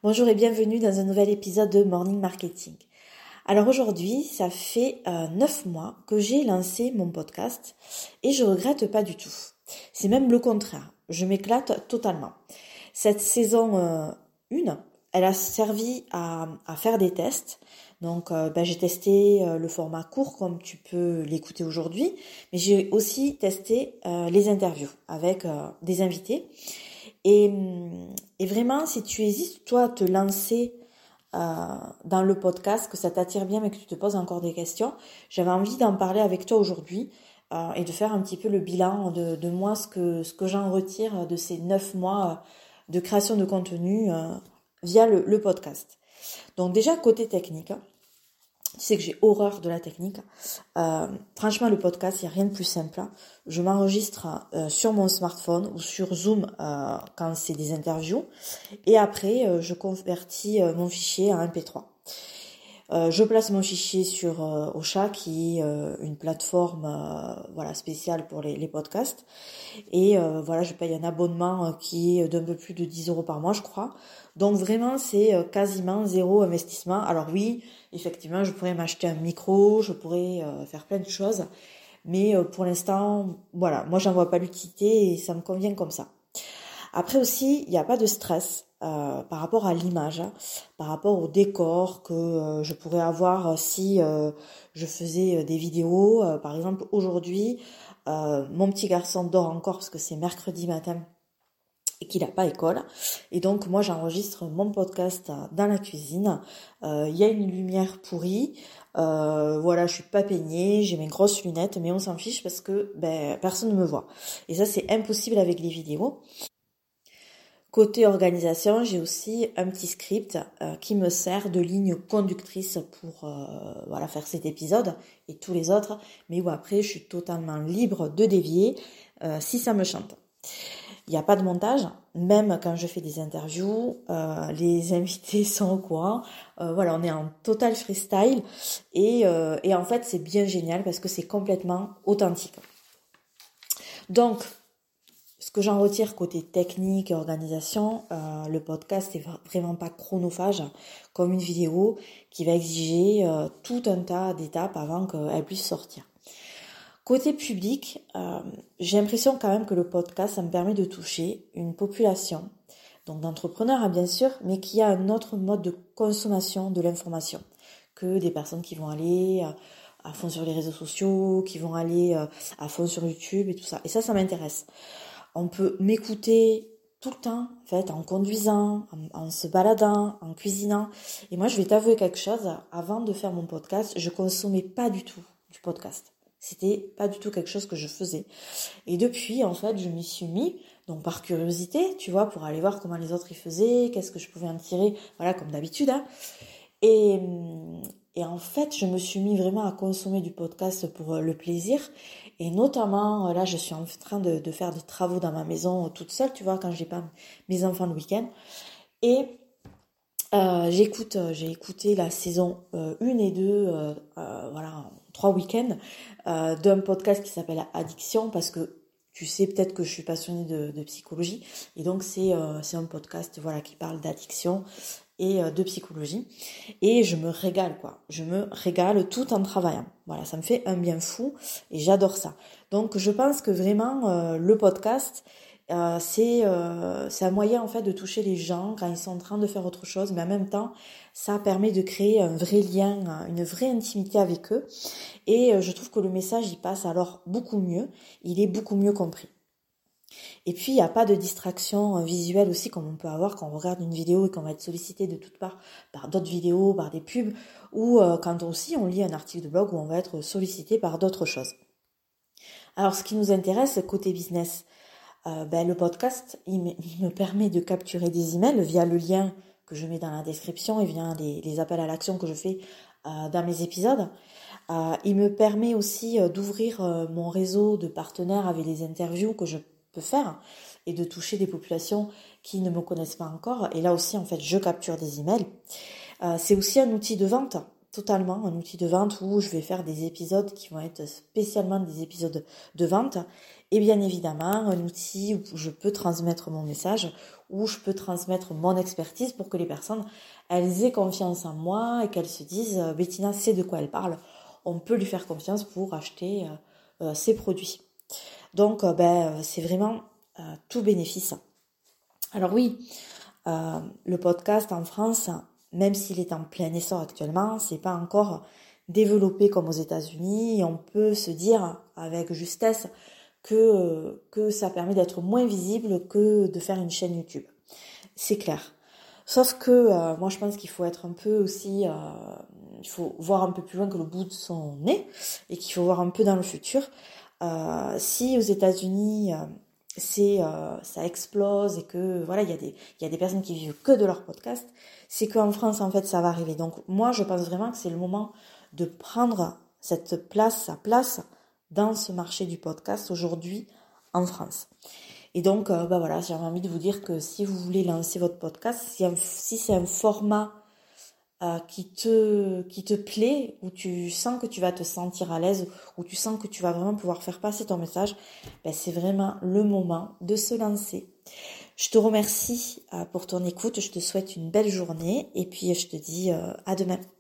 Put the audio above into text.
Bonjour et bienvenue dans un nouvel épisode de Morning Marketing. Alors aujourd'hui, ça fait 9 mois que j'ai lancé mon podcast et je regrette pas du tout. C'est même le contraire, je m'éclate totalement. Cette saison 1, elle a servi à faire des tests. Donc j'ai testé le format court comme tu peux l'écouter aujourd'hui, mais j'ai aussi testé les interviews avec des invités. Et vraiment, si tu hésites, toi, à te lancer dans le podcast, que ça t'attire bien mais que tu te poses encore des questions, j'avais envie d'en parler avec toi aujourd'hui et de faire un petit peu le bilan de moi, ce que j'en retire de ces 9 mois de création de contenu via le podcast. Donc déjà, côté technique, tu sais que j'ai horreur de la technique. Franchement, le podcast, il n'y a rien de plus simple. Je m'enregistre sur mon smartphone ou sur Zoom quand c'est des interviews. Et après, je convertis mon fichier en MP3. Je place mon fichier sur Ocha, qui est une plateforme spéciale pour les podcasts. Et je paye un abonnement qui est d'un peu plus de 10 € par mois, je crois. Donc vraiment, c'est quasiment zéro investissement. Alors oui, effectivement, je pourrais m'acheter un micro, je pourrais faire plein de choses. Mais pour l'instant, voilà, moi j'en vois pas l'utilité et ça me convient comme ça. Après aussi, il n'y a pas de stress par rapport à l'image, par rapport au décor que je pourrais avoir si je faisais des vidéos. Par exemple, aujourd'hui, mon petit garçon dort encore parce que c'est mercredi matin et qu'il n'a pas école. Et donc, moi, j'enregistre mon podcast dans la cuisine. Il y a une lumière pourrie. Je suis pas peignée, j'ai mes grosses lunettes, mais on s'en fiche parce que personne ne me voit. Et ça, c'est impossible avec les vidéos. Côté organisation, j'ai aussi un petit script qui me sert de ligne conductrice pour faire cet épisode et tous les autres, mais où après, je suis totalement libre de dévier si ça me chante. Il n'y a pas de montage, même quand je fais des interviews, les invités sont au courant. On est en total freestyle et en fait c'est bien génial parce que c'est complètement authentique. Donc, ce que j'en retire côté technique et organisation, le podcast est vraiment pas chronophage comme une vidéo qui va exiger tout un tas d'étapes avant qu'elle puisse sortir. Côté public, j'ai l'impression quand même que le podcast, ça me permet de toucher une population, donc d'entrepreneurs bien sûr, mais qui a un autre mode de consommation de l'information que des personnes qui vont aller à fond sur les réseaux sociaux, qui vont aller à fond sur YouTube et tout ça. Et ça m'intéresse. On peut m'écouter tout le temps, en fait, en conduisant, en se baladant, en cuisinant. Et moi, je vais t'avouer quelque chose. Avant de faire mon podcast, je consommais pas du tout du podcast. C'était pas du tout quelque chose que je faisais. Et depuis, en fait, je m'y suis mis, donc par curiosité, tu vois, pour aller voir comment les autres y faisaient, qu'est-ce que je pouvais en tirer, voilà, comme d'habitude. Et en fait, je me suis mis vraiment à consommer du podcast pour le plaisir. Et notamment, là, je suis en train de faire des travaux dans ma maison toute seule, tu vois, quand j'ai pas mes enfants le week-end. Et j'ai écouté la saison 1 et 2, en 3 week-ends, d'un podcast qui s'appelle Addiction, parce que tu sais peut-être que je suis passionnée de psychologie. Et donc, c'est un podcast qui parle d'addiction et de psychologie. Et je me régale, quoi. Je me régale tout en travaillant. Voilà, ça me fait un bien fou et j'adore ça. Donc, je pense que vraiment, le podcast, c'est un moyen en fait de toucher les gens quand ils sont en train de faire autre chose, mais en même temps ça permet de créer un vrai lien, une vraie intimité avec eux, et je trouve que le message il passe alors beaucoup mieux, il est beaucoup mieux compris. Et puis il n'y a pas de distraction visuelle aussi comme on peut avoir quand on regarde une vidéo et qu'on va être sollicité de toutes parts par d'autres vidéos, par des pubs, ou quand aussi on lit un article de blog où on va être sollicité par d'autres choses. Alors ce qui nous intéresse côté business, le podcast, il me permet de capturer des emails via le lien que je mets dans la description et via les appels à l'action que je fais dans mes épisodes. Il me permet aussi d'ouvrir mon réseau de partenaires avec les interviews que je peux faire et de toucher des populations qui ne me connaissent pas encore. Et là aussi, en fait, je capture des emails. C'est aussi un outil de vente. Totalement un outil de vente où je vais faire des épisodes qui vont être spécialement des épisodes de vente et bien évidemment un outil où je peux transmettre mon message où je peux transmettre mon expertise pour que les personnes, elles aient confiance en moi et qu'elles se disent Bettina sait de quoi elle parle, on peut lui faire confiance pour acheter ses produits. Donc c'est vraiment tout bénéfice. Alors oui, le podcast en France, même s'il est en plein essor actuellement, c'est pas encore développé comme aux États-Unis et on peut se dire avec justesse que ça permet d'être moins visible que de faire une chaîne YouTube. C'est clair. Sauf que moi je pense qu'il faut être un peu aussi, il faut voir un peu plus loin que le bout de son nez et qu'il faut voir un peu dans le futur. Si aux États-Unis ça explose et que voilà il y a des personnes qui vivent que de leur podcast, c'est qu'en France en fait ça va arriver. Donc moi je pense vraiment que c'est le moment de prendre sa place dans ce marché du podcast aujourd'hui en France. Et donc voilà, j'avais envie de vous dire que si vous voulez lancer votre podcast, si c'est un format qui te plaît, où tu sens que tu vas te sentir à l'aise, où tu sens que tu vas vraiment pouvoir faire passer ton message, c'est vraiment le moment de se lancer. Je te remercie pour ton écoute, je te souhaite une belle journée et puis je te dis à demain.